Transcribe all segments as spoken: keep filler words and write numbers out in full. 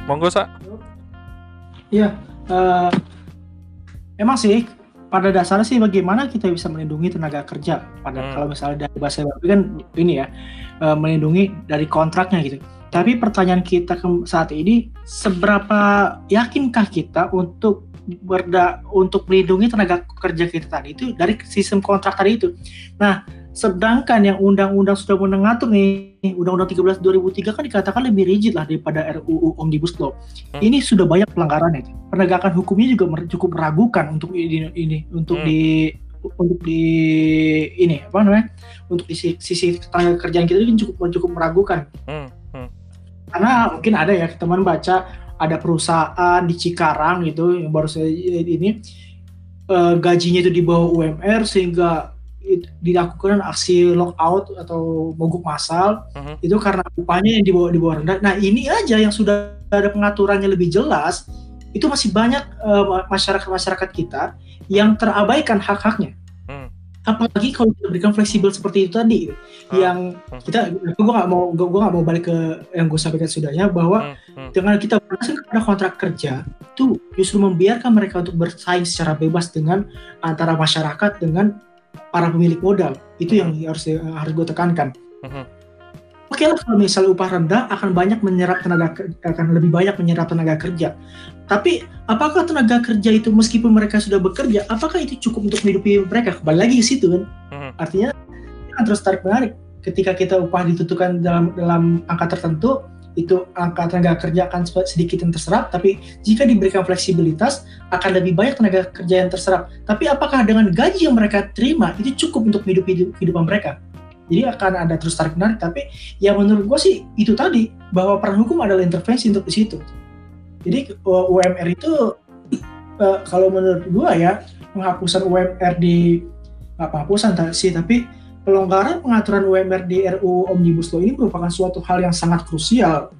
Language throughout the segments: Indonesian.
Monggo, Sa. Iya, uh, emang sih pada dasarnya sih bagaimana kita bisa melindungi tenaga kerja. Pada hmm. kalau misalnya dari bahasa baku kan ini ya, uh, melindungi dari kontraknya gitu. Tapi pertanyaan kita saat ini, seberapa yakinkah kita untuk berda untuk melindungi tenaga kerja kita tadi itu dari sistem kontrak tadi itu? Nah, sedangkan yang undang-undang sudah mengatur nih, Undang-Undang tiga belas dua ribu tiga kan dikatakan lebih rigid lah daripada R U U Omnibus Law. Hmm. Ini sudah banyak pelanggaran itu. Penegakan hukumnya juga cukup meragukan untuk ini, ini untuk hmm. di untuk di ini apa namanya? Untuk di sisi tenaga kerjaan kita ini cukup cukup meragukan. Hmm. Hmm. Karena mungkin ada ya teman baca ada perusahaan di Cikarang gitu yang baru saya ini uh, gajinya itu di bawah U M R sehingga dilakukan aksi lockout atau mogok massal uh-huh. itu karena upahnya yang di bawah di bawah rendah. Nah ini aja yang sudah ada pengaturannya lebih jelas itu masih banyak uh, masyarakat-masyarakat kita yang terabaikan hak-haknya. Hmm. Apalagi kalau diberikan fleksibel seperti itu tadi, hmm. yang kita, gue nggak mau, gue nggak mau balik ke yang gue sampaikan sudahnya bahwa hmm. Hmm. dengan kita berdasarkan kepada kontrak kerja itu justru membiarkan mereka untuk bersaing secara bebas dengan antara masyarakat dengan para pemilik modal. Itu yang harus harus gue tekankan. Hmm. Oke lah kalau misalnya upah rendah akan banyak menyerap tenaga akan lebih banyak menyerap tenaga kerja. Tapi apakah tenaga kerja itu meskipun mereka sudah bekerja, apakah itu cukup untuk menghidupi mereka? Kembali lagi ke situ kan. Hmm. Artinya kan terus tarik menarik. Ketika kita upah ditentukan dalam dalam angka tertentu, itu angka tenaga kerja akan sedikit yang terserap. Tapi jika diberikan fleksibilitas, akan lebih banyak tenaga kerja yang terserap. Tapi apakah dengan gaji yang mereka terima itu cukup untuk menghidupi kehidupan mereka? Jadi akan ada terus tarik menarik, tapi ya menurut gue sih itu tadi bahwa peran hukum adalah intervensi untuk di situ. Jadi U M R itu uh, kalau menurut gue ya penghapusan U M R di nggak penghapusan sih, tapi pelonggaran pengaturan U M R di R U U Omnibus Law ini merupakan suatu hal yang sangat krusial.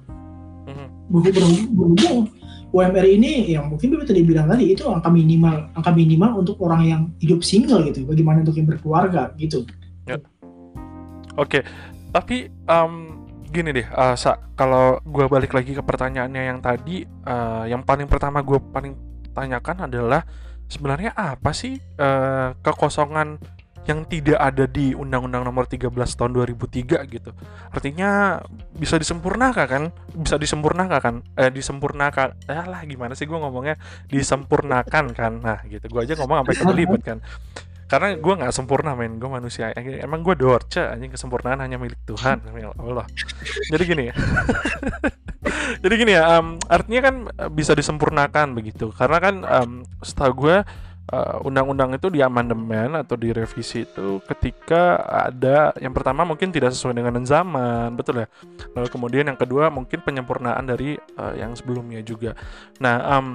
Berhubung U M R ini yang mungkin betul dibilang tadi itu angka minimal, angka minimal untuk orang yang hidup single gitu. Bagaimana untuk yang berkeluarga gitu. Ya. Oke, tapi um, gini deh, uh, Sa, kalau gue balik lagi ke pertanyaannya yang tadi, uh, yang paling pertama gue paling tanyakan adalah sebenarnya apa sih uh, kekosongan yang tidak ada di Undang-Undang Nomor tiga belas Tahun dua ribu tiga gitu. Artinya bisa disempurnakan kan? Bisa disempurnakan kan? Eh disempurnakan. Eh lah gimana sih gue ngomongnya? Disempurnakan kan? Nah gitu. Gue aja ngomong sampai kelibet kan. Karena gue nggak sempurna men, gue manusia. Emang gue dorce, anjing, kesempurnaan hanya milik Tuhan. Ya Allah. Jadi gini ya. Jadi gini ya. Um, artinya kan bisa disempurnakan begitu. Karena kan um, setahu gue uh, undang-undang itu diamandemen atau direvisi itu ketika ada yang pertama mungkin tidak sesuai dengan zaman, betul ya. Lalu kemudian yang kedua mungkin penyempurnaan dari uh, yang sebelumnya juga. Nah. Um,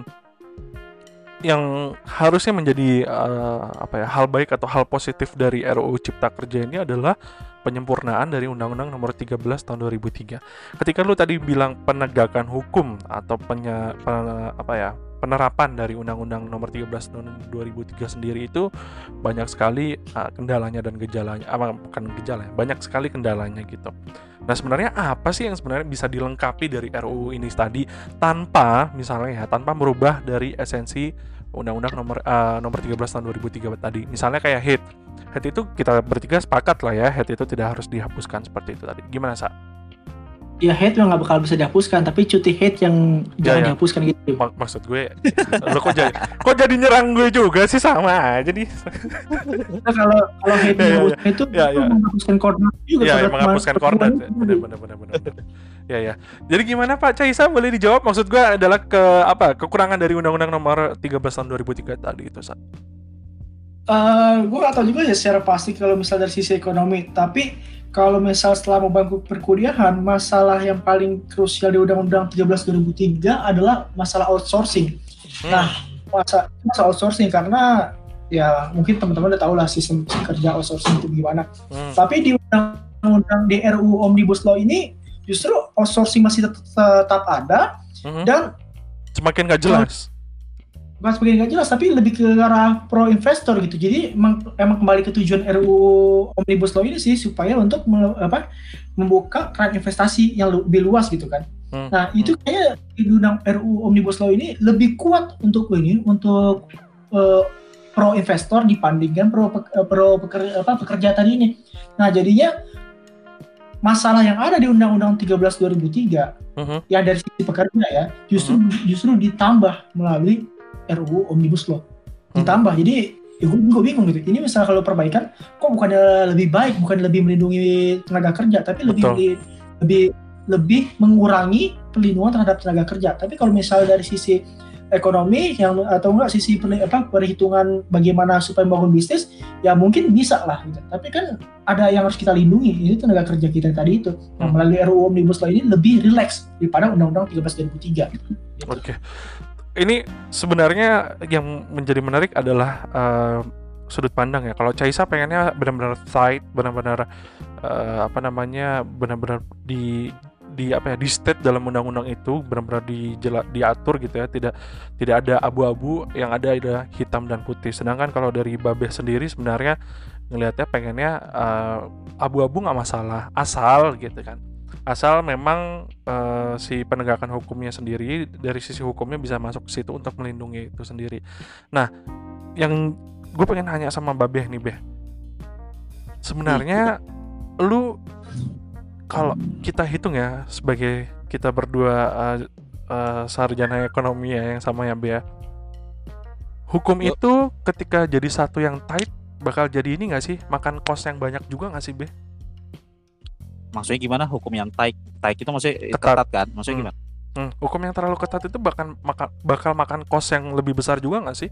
yang harusnya menjadi uh, apa ya hal baik atau hal positif dari R U U Cipta Kerja ini adalah penyempurnaan dari Undang-Undang Nomor tiga belas Tahun dua ribu tiga. Ketika lu tadi bilang penegakan hukum atau penye, pen, apa ya penerapan dari Undang-Undang Nomor tiga belas Tahun dua ribu tiga sendiri itu banyak sekali uh, kendalanya dan gejalanya, apa bukan gejala, banyak sekali kendalanya gitu. Nah sebenarnya apa sih yang sebenarnya bisa dilengkapi dari R U U ini tadi tanpa misalnya ya tanpa merubah dari esensi Undang-Undang nomor uh, nomor tiga belas tahun dua ribu tiga tadi. Misalnya kayak H I T. H I T itu kita bertiga sepakat lah ya, H I T itu tidak harus dihapuskan seperti itu tadi. Gimana, Sa? Ya H I T nggak bakal bisa dihapuskan, tapi cuti H I T yang ya, jangan ya. dihapuskan gitu. Mak- maksud gue, lo kok jadi kok jadi nyerang gue juga sih, sama aja nih. Nah, kalau kalau H I T ya, dihapuskan ya, itu ya, ya. menghapuskan koordinat juga. Ya, ya menghapuskan koordinat. Benar-benar benar-benar. Ya ya. Jadi gimana Pak Caisa, boleh dijawab? Maksud gue adalah ke apa? Kekurangan dari Undang-Undang Nomor tiga belas Tahun dua ribu tiga tadi itu, Sa. Uh, gue nggak tahu juga ya secara pasti kalau misal dari sisi ekonomi, tapi kalau misal setelah mau bangku perkuliahan, masalah yang paling krusial di Undang-Undang tiga belas dua ribu tiga adalah masalah outsourcing. Hmm. Nah, masa masalah outsourcing karena ya mungkin teman-teman udah tahu lah sistem kerja outsourcing itu gimana. Hmm. Tapi di Undang-Undang di R U U Omnibus Law ini justru outsourcing masih tetap, tetap ada hmm. dan semakin nggak jelas. Bukan semakin nggak jelas, tapi lebih ke arah pro investor gitu. Jadi emang, emang kembali ke tujuan R U U Omnibus Law ini sih supaya untuk me, apa, membuka keran investasi yang lebih luas gitu kan. Hmm. Nah itu kayaknya di undang R U U Omnibus Law ini lebih kuat untuk ini untuk uh, pro investor dibandingkan pro pro pekerja, apa, pekerja tadi ini. Nah jadinya masalah yang ada di Undang-Undang tiga belas dua ribu tiga uh-huh. yang dari sisi pekerja ya justru uh-huh. justru ditambah melalui R U U Omnibus Law ditambah. Uh-huh. Jadi ya gue, gue bingung gitu. Ini misalnya kalau perbaikan kok bukannya lebih baik, bukan lebih melindungi tenaga kerja, tapi lebih lebih, lebih lebih mengurangi perlindungan terhadap tenaga kerja. Tapi kalau misalnya dari sisi ekonomi yang atau enggak sisi apa perhitungan bagaimana supaya membangun bisnis ya mungkin bisa lah gitu. Tapi kan ada yang harus kita lindungi, ini tenaga kerja kita tadi itu. Nah, melalui R U U Omnibus Law ini lebih rileks daripada Undang-Undang tiga belas dua ribu tiga. Gitu. Oke. Okay. Ini sebenarnya yang menjadi menarik adalah uh, sudut pandang ya. Kalau Caisa pengennya benar-benar tight, benar-benar uh, apa namanya, benar-benar di di apa ya di state dalam undang-undang itu benar-benar di, diatur gitu ya, tidak tidak ada abu-abu, yang ada ada hitam dan putih. Sedangkan kalau dari Babeh sendiri sebenarnya ngelihatnya pengennya uh, abu-abu nggak masalah, asal gitu kan, asal memang uh, si penegakan hukumnya sendiri dari sisi hukumnya bisa masuk ke situ untuk melindungi itu sendiri. Nah, yang gue pengen nanya sama Babeh nih, Beh, sebenarnya hmm. lu kalau kita hitung ya sebagai kita berdua uh, uh, sarjana ekonomi ya yang sama ya Bea, hukum Yuk. itu ketika jadi satu yang tight bakal jadi ini nggak sih, makan kos yang banyak juga nggak sih Be? Maksudnya gimana hukum yang tight? Tight itu maksudnya ketat kan? Maksudnya hmm. gimana? Hmm. Hukum yang terlalu ketat itu bakal makan bakal makan kos yang lebih besar juga nggak sih?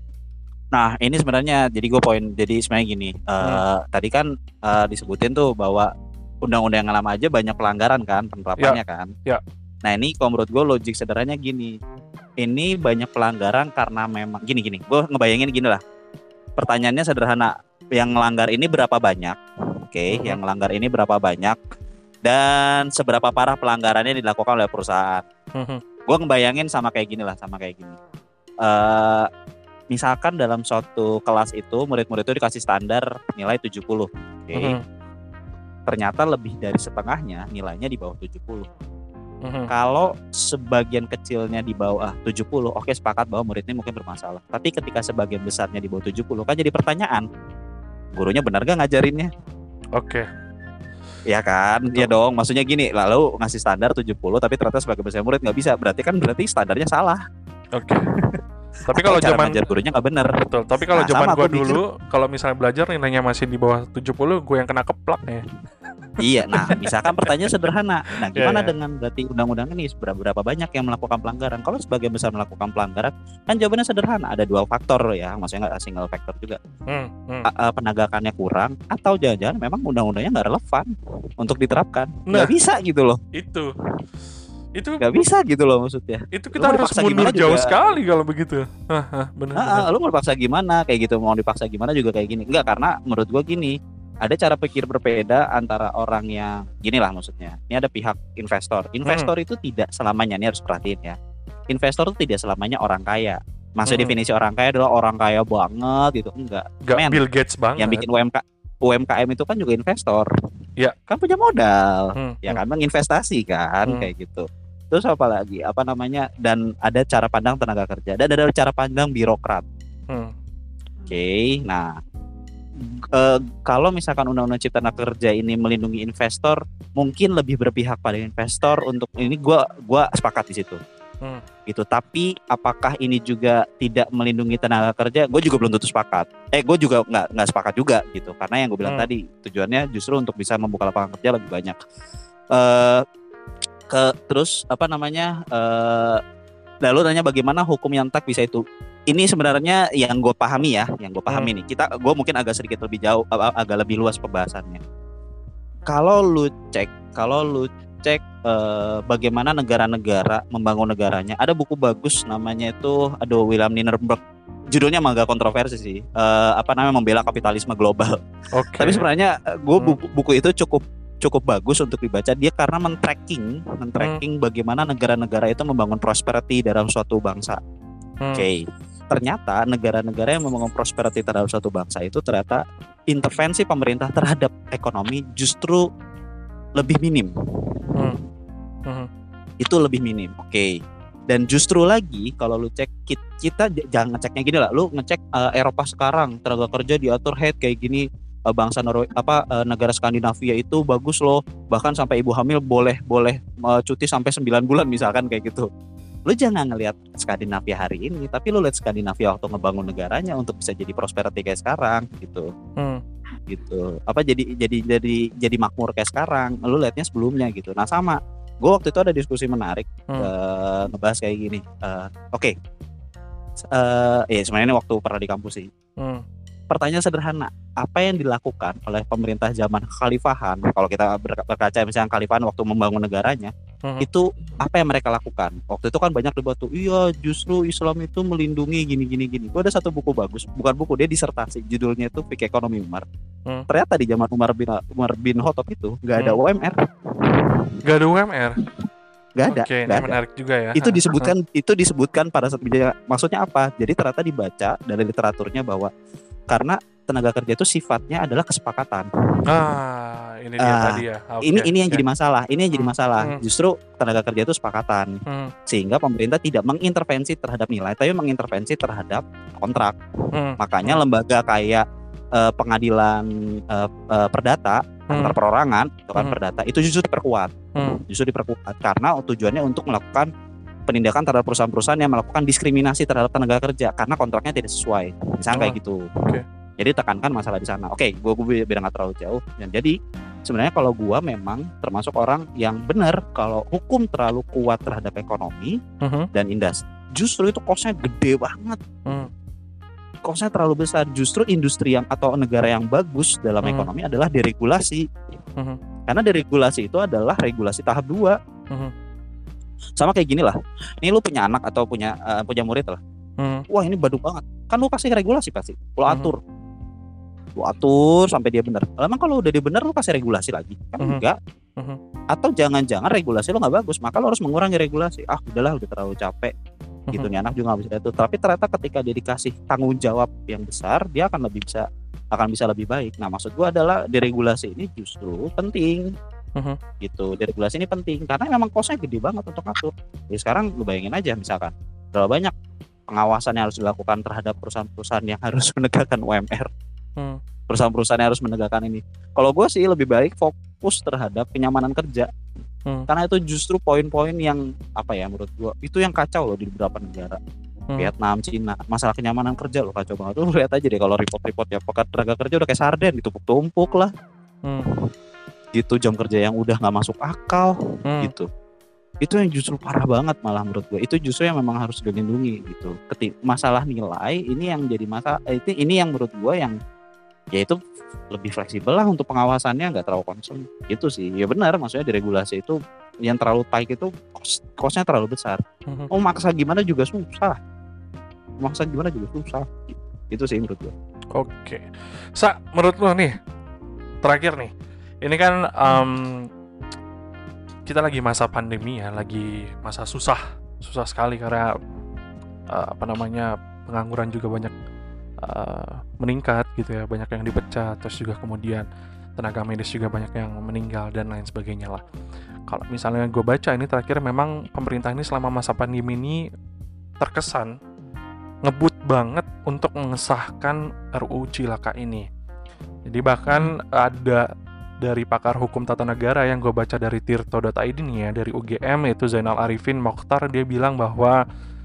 Nah ini sebenarnya jadi gue poin jadi sebenarnya gini, uh, hmm. tadi kan uh, disebutin tuh bahwa undang-undang yang lama aja banyak pelanggaran kan penerapannya ya, kan. Ya. Nah ini kalau menurut gue logik sederhananya gini, ini banyak pelanggaran karena memang gini-gini. Gue ngebayangin gini lah. Pertanyaannya sederhana, yang melanggar ini berapa banyak? Oke, okay, uh-huh. yang melanggar ini berapa banyak? Dan seberapa parah pelanggarannya dilakukan oleh perusahaan? Uh-huh. Gue ngebayangin sama kayak gini lah, sama kayak gini. Uh, misalkan dalam suatu kelas itu murid-murid itu dikasih standar nilai tujuh puluh. Oke. Okay? Uh-huh. Ternyata lebih dari setengahnya nilainya di bawah tujuh puluh. Mm-hmm. Kalau sebagian kecilnya di bawah tujuh puluh, oke okay, sepakat bahwa muridnya mungkin bermasalah. Tapi ketika sebagian besarnya di bawah tujuh puluh, kan jadi pertanyaan, gurunya benar gak ngajarinnya? Oke. Okay. Ya kan? Iya dong, maksudnya gini, lalu ngasih standar tujuh puluh tapi ternyata sebagian besar murid gak bisa, berarti kan berarti standarnya salah. Oke. Okay. Tapi kalau zaman ngajar gurunya nggak benar. Betul. Tapi kalau nah, zaman gue dulu, kalau misalnya belajar nilainya masih di bawah tujuh puluh, gue yang kena keplak ya. Iya. Nah, misalkan pertanyaan sederhana. Nah, gimana yeah, yeah. dengan berarti undang-undang ini berapa banyak yang melakukan pelanggaran? Kalau sebagian besar melakukan pelanggaran, kan jawabannya sederhana. Ada dua faktor ya, maksudnya nggak single factor juga. Hmm, hmm. A- penegakannya kurang, atau jangan-jangan memang undang-undangnya nggak relevan untuk diterapkan. Nggak nah, bisa gitu loh. Itu. Itu nggak bisa gitu loh maksudnya. Itu kita harus mundur jauh juga. Sekali kalau begitu. Benar. Nah, lu mau dipaksa gimana kayak gitu, mau dipaksa gimana juga kayak gini. Enggak, karena menurut gua gini, ada cara pikir berbeda antara orang yang gini lah maksudnya. Ini ada pihak investor. Investor hmm. itu tidak selamanya, ini harus perhatiin ya. Investor itu tidak selamanya orang kaya. Maksud hmm. definisi orang kaya adalah orang kaya banget gitu. Enggak. Enggak Bill Gates banget. Yang bikin U M K U M K M itu kan juga investor. Ya. Kan punya modal. Hmm. Ya kan hmm. menginvestasi kan hmm. kayak gitu. Terus apa lagi? Apa namanya? Dan ada cara pandang tenaga kerja dan ada cara pandang birokrat. Hmm. Oke, okay, nah e, kalau misalkan Undang-Undang Cipta Kerja ini melindungi investor, mungkin lebih berpihak pada investor untuk ini. Gua gua sepakat di situ. Hmm. Gitu. Tapi apakah ini juga tidak melindungi tenaga kerja? Gue juga belum tentu sepakat. Eh, gue juga nggak nggak sepakat juga gitu. Karena yang gue bilang hmm. tadi tujuannya justru untuk bisa membuka lapangan kerja lebih banyak. Uh, ke terus apa namanya uh, lalu nanya bagaimana hukum yang tak bisa itu ini sebenarnya yang gue pahami ya yang gue pahami hmm. nih kita gue mungkin agak sedikit lebih jauh agak lebih luas pembahasannya. Kalau lu cek kalau lu cek uh, bagaimana negara-negara membangun negaranya, ada buku bagus namanya itu aduh William Nierenberg, judulnya agak kontroversi sih, uh, apa namanya membela kapitalisme global. Okay. Tapi sebenarnya gue buku, buku itu cukup cukup bagus untuk dibaca dia karena men-tracking, men-tracking hmm. bagaimana negara-negara itu membangun prosperity dalam suatu bangsa. Hmm. Oke, okay. Ternyata negara-negara yang membangun prosperity terhadap suatu bangsa itu ternyata intervensi pemerintah terhadap ekonomi justru lebih minim. Hmm. Hmm. itu lebih minim. Oke. Okay. Dan justru lagi kalau lu cek kita jangan ngeceknya gini lah, lu ngecek uh, Eropa sekarang tenaga kerja diatur head kayak gini, uh, bangsa Norwe apa uh, negara Skandinavia itu bagus loh, bahkan sampai ibu hamil boleh boleh uh, cuti sampai sembilan bulan misalkan kayak gitu. Lu jangan ngelihat Skandinavia hari ini, tapi lu lihat Skandinavia waktu ngebangun negaranya untuk bisa jadi prosperity kayak sekarang gitu. Hmm. Gitu. Apa jadi jadi jadi jadi makmur kayak sekarang. Lu lihatnya sebelumnya gitu. Nah, sama gue waktu itu ada diskusi menarik hmm. uh, ngebahas kayak gini. Uh, Oke, okay. uh, ya sebenarnya ini waktu pernah di kampus sih. Hmm. Pertanyaan sederhana, apa yang dilakukan oleh pemerintah zaman kekhalifahan? Kalau kita berkaca misalnya kekhalifahan waktu membangun negaranya, hmm. itu apa yang mereka lakukan? Waktu itu kan banyak debat tuh, iya justru Islam itu melindungi gini-gini gini. Gue ada satu buku bagus, bukan buku, dia disertasi, judulnya itu Fikih Ekonomi Umar. Hmm. Ternyata di zaman Umar bin Umar bin Khattab itu nggak ada hmm. U M R. Gak ada U M R. Gak ada. Oke, ini ada. Menarik juga ya. Itu disebutkan, itu disebutkan pada saat bicara. Maksudnya apa? Jadi ternyata dibaca dari literaturnya bahwa karena tenaga kerja itu sifatnya adalah kesepakatan. Ah, ini dia uh, tadi ya. Okay, ini ini yang okay. jadi masalah. Ini yang jadi masalah. Hmm. Justru tenaga kerja itu sepakatan. Hmm. Sehingga pemerintah tidak mengintervensi terhadap nilai, tapi mengintervensi terhadap kontrak. Hmm. Makanya hmm. lembaga kayak uh, pengadilan uh, uh, perdata Hmm. antar perorangan itu kan hmm. perdata itu justru diperkuat hmm. justru diperkuat karena tujuannya untuk melakukan penindakan terhadap perusahaan-perusahaan yang melakukan diskriminasi terhadap tenaga kerja karena kontraknya tidak sesuai misalnya oh. kayak gitu. Okay. Jadi tekankan masalah di sana. Oke, okay, gue gue biar nggak terlalu jauh. Dan jadi sebenarnya kalau gue memang termasuk orang yang benar kalau hukum terlalu kuat terhadap ekonomi uh-huh. dan industri, justru itu cost-nya gede banget. Hmm. Cost-nya terlalu besar. Justru industri yang atau negara yang bagus dalam hmm. ekonomi adalah deregulasi. Hmm. Karena deregulasi itu adalah regulasi tahap dua. Hmm. Sama kayak gini lah. Ini lu punya anak atau punya uh, punya murid lah. Hmm. Wah, ini baduk banget. Kan lu kasih regulasi pasti. Lu atur. Hmm. Lu atur sampai dia benar. Emang kalau udah dia benar lu kasih regulasi lagi? Kan hmm. enggak. Hmm. Atau jangan-jangan regulasi lu enggak bagus, maka lu harus mengurangi regulasi. Ah, udahlah udah terlalu capek. Gitu nih anak juga nggak bisa itu, tapi ternyata ketika dia dikasih tanggung jawab yang besar dia akan lebih bisa akan bisa lebih baik. Nah maksud gue adalah deregulasi ini justru penting uh-huh. gitu. Deregulasi ini penting karena memang kosnya gede banget untuk ngatur. Jadi sekarang lu bayangin aja misalkan berapa banyak pengawasan yang harus dilakukan terhadap perusahaan-perusahaan yang harus menegakkan U M R, hmm. perusahaan-perusahaan yang harus menegakkan ini. Kalau gue sih lebih baik fokus terhadap kenyamanan kerja. Hmm. Karena itu justru poin-poin yang apa ya menurut gua itu yang kacau loh di beberapa negara. Hmm. Vietnam, Cina, masalah kenyamanan kerja loh kacau banget. Lu lihat aja deh kalau report-report ya pekan tenaga kerja udah kayak sarden ditumpuk-tumpuk lah. Hmm. Gitu jam kerja yang udah nggak masuk akal hmm. gitu. Itu yang justru parah banget malah menurut gua. Itu justru yang memang harus dilindungi gitu. Ketik masalah nilai ini yang jadi masalah itu ini yang menurut gua yang ya itu lebih fleksibel lah untuk pengawasannya nggak terlalu concern gitu sih. Ya benar maksudnya diregulasi itu yang terlalu tight itu cost, cost-nya terlalu besar. Mm-hmm. Oh maksa gimana juga susah, maksa gimana juga susah. Itu sih menurut gue. Oke, Sa, menurut lo nih terakhir nih, ini kan um, kita lagi masa pandemi ya, lagi masa susah, susah sekali karena uh, apa namanya pengangguran juga banyak Uh, meningkat gitu ya, banyak yang dipecat, terus juga kemudian tenaga medis juga banyak yang meninggal dan lain sebagainya lah. Kalau misalnya gue baca ini terakhir memang pemerintah ini selama masa pandemi ini terkesan ngebut banget untuk mengesahkan R U U Cilaka ini. Jadi bahkan ada dari pakar hukum tata negara yang gue baca dari tirto dot i d nih ya, dari U G M yaitu Zainal Arifin Mokhtar, dia bilang bahwa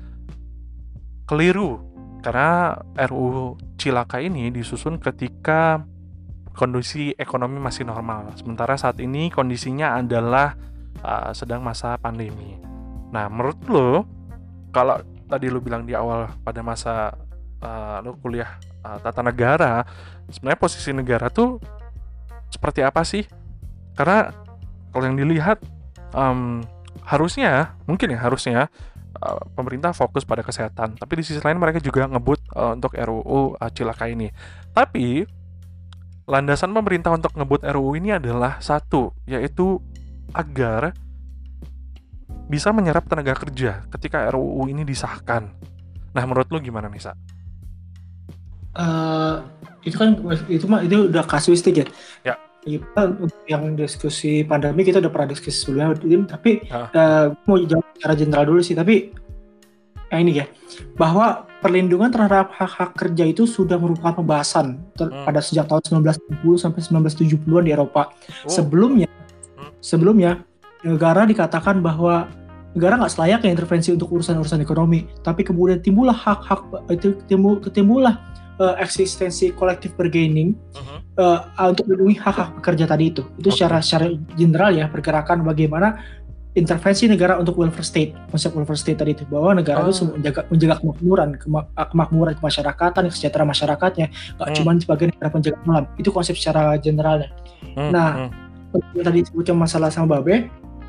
keliru karena R U U Cilaka ini disusun ketika kondisi ekonomi masih normal. Sementara saat ini kondisinya adalah uh, sedang masa pandemi. Nah, menurut lo, kalau tadi lo bilang di awal pada masa uh, lo kuliah uh, tata negara, sebenarnya posisi negara tuh seperti apa sih? Karena kalau yang dilihat um, harusnya, mungkin ya harusnya Uh, pemerintah fokus pada kesehatan, tapi di sisi lain mereka juga ngebut uh, untuk R U U uh, Cilaka ini. Tapi landasan pemerintah untuk ngebut R U U ini adalah satu, yaitu agar bisa menyerap tenaga kerja ketika R U U ini disahkan. Nah, menurut lu gimana, Nisa? Uh, itu kan itu mah itu udah kasuistik ya. Ya. kita untuk yang diskusi pandemi kita udah pernah diskusi sebelumnya, tapi Ah. uh, mau jawab secara general dulu sih. Tapi ya ini ya, bahwa perlindungan terhadap hak-hak kerja itu sudah merupakan pembahasan ter- Hmm. pada sejak tahun sembilan belas enam puluh sampai sembilan belas tujuh puluhan di Eropa. Oh. Sebelumnya, Hmm. sebelumnya negara dikatakan bahwa negara nggak selayaknya intervensi untuk urusan-urusan ekonomi, tapi kemudian timbullah hak-hak itu timbul timbullah uh, eksistensi collective bargaining Mhm. uh, untuk melindungi hak-hak pekerja tadi itu. Itu Oke. secara secara general ya, pergerakan bagaimana intervensi negara untuk welfare state, konsep welfare state tadi itu, bahwa negara Oh. itu menjaga menjaga kemakmuran, kema- kemakmuran kemasyarakatan, kesejahteraan masyarakatnya, nggak Hmm. cuma sebagai negara penjaga alam. Itu konsep secara generalnya. Hmm, Nah, hmm. yang tadi disebutkan masalah sama Babe,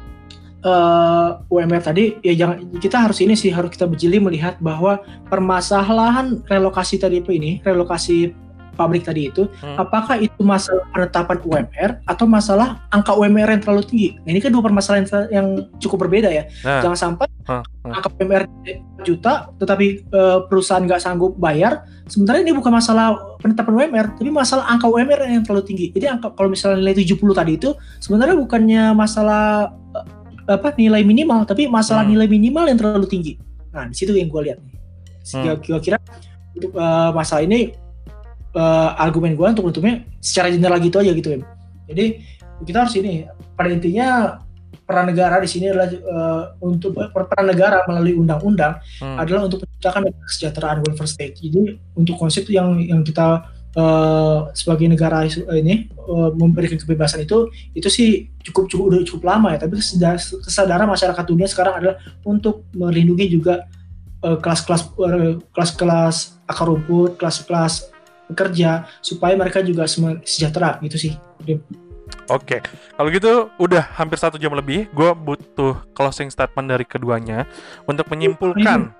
uh, U M R tadi ya jangan, kita harus ini sih, harus kita berjeli melihat bahwa permasalahan relokasi tadi itu ini, relokasi pabrik tadi itu, Hmm. apakah itu masalah penetapan U M R atau masalah angka U M R yang terlalu tinggi. Nah, ini kan dua permasalahan yang cukup berbeda ya. Nah. Jangan sampai Hah, hah. angka U M R empat juta tetapi uh, perusahaan nggak sanggup bayar. Sebenarnya ini bukan masalah penetapan U M R, tapi masalah angka U M R yang terlalu tinggi. Jadi angka, kalau misalnya nilai tujuh puluh tadi itu sebenarnya bukannya masalah uh, apa nilai minimal, tapi masalah Hmm. nilai minimal yang terlalu tinggi. Nah, di situ yang gue lihat nih. Hmm. Kira-kira untuk uh, masalah ini uh, argumen gue untuk menutupnya secara general gitu aja gitu ya. Jadi kita harus ini, pada intinya peran negara di sini adalah uh, untuk peran negara melalui undang-undang Hmm. adalah untuk menciptakan kesejahteraan welfare state. Jadi untuk konsep yang yang kita uh, sebagai negara uh, ini uh, memberikan kebebasan itu itu sih cukup cukup udah cukup lama ya. Tapi kesadaran masyarakat dunia sekarang adalah untuk melindungi juga uh, kelas-kelas uh, kelas-kelas akar rumput, kelas-kelas pekerja supaya mereka juga sejahtera gitu sih. Oke, kalau gitu udah hampir satu jam lebih. Gue butuh closing statement dari keduanya untuk menyimpulkan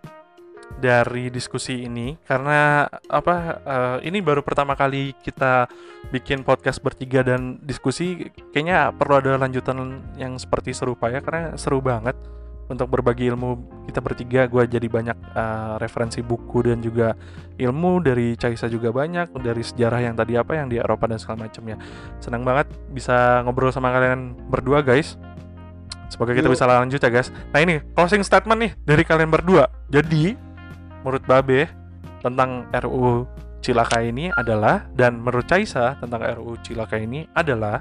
dari diskusi ini, karena apa? Uh, ini baru pertama kali kita bikin podcast bertiga dan diskusi. Kayaknya perlu ada lanjutan yang seperti serupa ya, karena seru banget untuk berbagi ilmu kita bertiga. Gue jadi banyak uh, referensi buku dan juga ilmu dari Caisa juga banyak, dari sejarah yang tadi apa yang di Eropa dan segala macamnya. Senang banget bisa ngobrol sama kalian berdua guys. Semoga kita Yo. bisa lanjut ya guys. Nah ini closing statement nih dari kalian berdua. Jadi menurut Babe tentang R U U Cilaka ini adalah, dan menurut Caisa tentang R U U Cilaka ini adalah,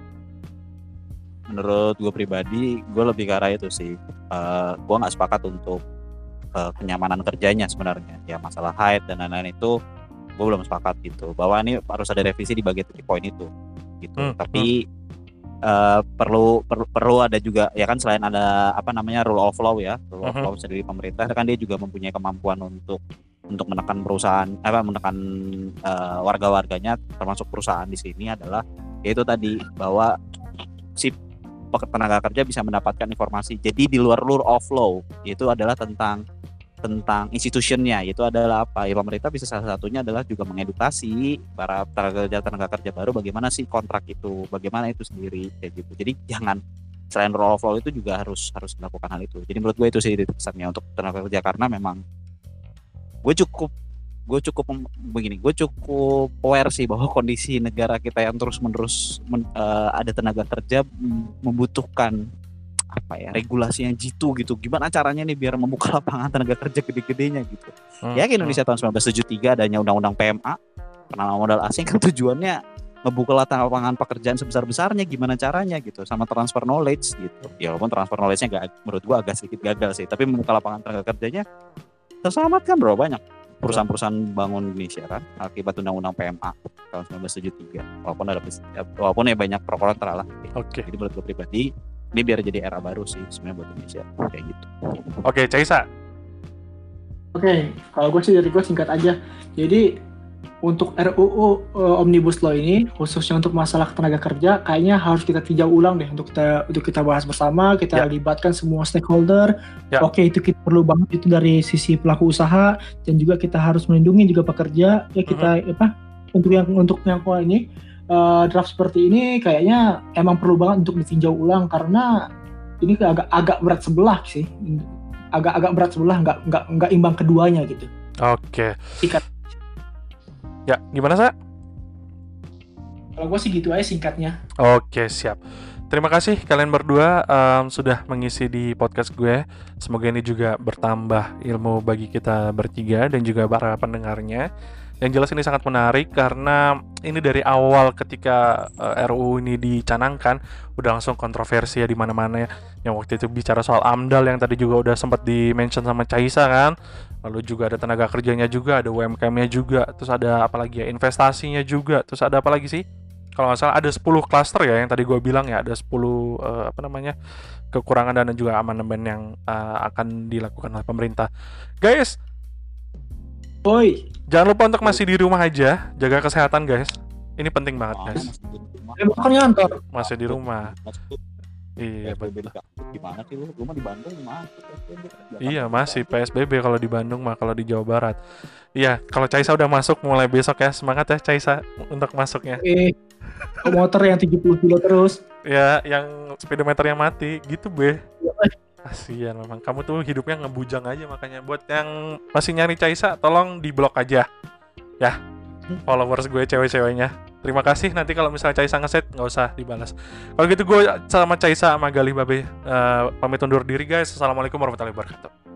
menurut gue pribadi, gue lebih ke arah itu sih. Uh, gue nggak sepakat untuk uh, kenyamanan kerjanya sebenarnya. Ya masalah height dan lain-lain itu gue belum sepakat gitu. Bahwa ini harus ada revisi di bagian titik poin itu. Gitu. Hmm, Tapi uh, perlu, perlu perlu ada juga ya kan, selain ada apa namanya rule of law ya, rule of Mhm. law sendiri pemerintah kan dia juga mempunyai kemampuan untuk untuk menekan perusahaan, apa menekan uh, warga-warganya, termasuk perusahaan di sini adalah yaitu tadi bahwa si tenaga kerja bisa mendapatkan informasi. Jadi di luar rule of law itu adalah tentang tentang institutionnya, yaitu adalah apa ya, pemerintah bisa salah satunya adalah juga mengedukasi para tenaga kerja tenaga kerja baru bagaimana sih kontrak itu, bagaimana itu sendiri kayak gitu. Jadi jangan, selain rule of law itu juga harus harus melakukan hal itu. Jadi menurut gue itu sih pesannya untuk tenaga kerja, karena memang gue cukup gue cukup begini, gue cukup aware sih bahwa kondisi negara kita yang terus menerus men, uh, ada tenaga kerja membutuhkan apa ya, regulasi yang jitu gitu. Gimana caranya nih biar membuka lapangan tenaga kerja gede-gedenya gitu. Hmm, Ya ke Indonesia tahun sembilan belas tujuh puluh tiga adanya undang-undang P M A, penanaman modal asing, kan tujuannya membuka lapangan pekerjaan sebesar-besarnya. Gimana caranya gitu, sama transfer knowledge gitu. Ya walaupun transfer knowledge-nya gak, menurut gua agak sedikit gagal sih, tapi membuka lapangan tenaga kerjanya terselamatkan bro, banyak perusahaan-perusahaan bangun Indonesia kan akibat undang-undang P M A tahun sembilan belas tujuh puluh tiga. Walaupun ada walaupun ya banyak pro kontra lah. Oke. Jadi menurut gue pribadi ini biar jadi era baru sih sebenarnya buat Indonesia kayak gitu. Oke, Caisa. Oke, kalau gue sih dari gue singkat aja. Jadi untuk R U U uh, Omnibus Law ini, khususnya untuk masalah tenaga kerja, kayaknya harus kita tinjau ulang deh untuk kita untuk kita bahas bersama, kita Ya. libatkan semua stakeholder. Ya. Oke, itu kita perlu banget itu dari sisi pelaku usaha, dan juga kita harus melindungi juga pekerja. Ya kita Mhm. apa untuk yang untuk yang kali ini uh, draft seperti ini kayaknya emang perlu banget untuk ditinjau ulang, karena ini agak agak berat sebelah sih, agak agak berat sebelah, nggak nggak nggak imbang keduanya gitu. Oke. Sikat. Ya, gimana Sa? Kalau gue sih gitu aja singkatnya. Oke, siap. Terima kasih kalian berdua um, sudah mengisi di podcast gue. Semoga ini juga bertambah ilmu bagi kita bertiga dan juga para pendengarnya. Yang jelas ini sangat menarik karena ini dari awal ketika uh, R U U ini dicanangkan udah langsung kontroversi ya di mana-mana ya. Yang waktu itu bicara soal AMDAL yang tadi juga udah sempat di-mention sama Caisa kan. Lalu juga ada tenaga kerjanya juga, ada U M K M-nya juga, terus ada apa lagi ya, investasinya juga, terus ada apa lagi sih? Kalau nggak salah ada sepuluh klaster ya yang tadi gue bilang ya, ada sepuluh uh, apa namanya kekurangan dan juga amandemen yang uh, akan dilakukan oleh pemerintah. Guys, Oi, jangan lupa untuk masih di rumah aja, jaga kesehatan guys. Ini penting banget guys. eh bukan ngantor. Masih di rumah. Iya P S B B betul. gimana sih lu? Rumah di Bandung masuk P S B B. Iya masih P S B B kalau di Bandung mah, kalau di Jawa Barat. Iya, kalau Caisa udah masuk mulai besok ya. Semangat ya Caisa untuk masuknya. Eh, motor yang tujuh puluh kilo terus. Ya, yang speedometernya mati gitu, Be. Kasian memang. Kamu tuh hidupnya ngebujang aja, makanya buat yang masih nyari Caisa tolong di-blok aja. Ya. Followers gue cewek-ceweknya. Terima kasih. Nanti kalau misalnya Caisa ngeset nggak usah dibalas. Kalau gitu gue sama Caisa sama Galih Babe uh, pamit undur diri guys. Assalamualaikum warahmatullahi wabarakatuh.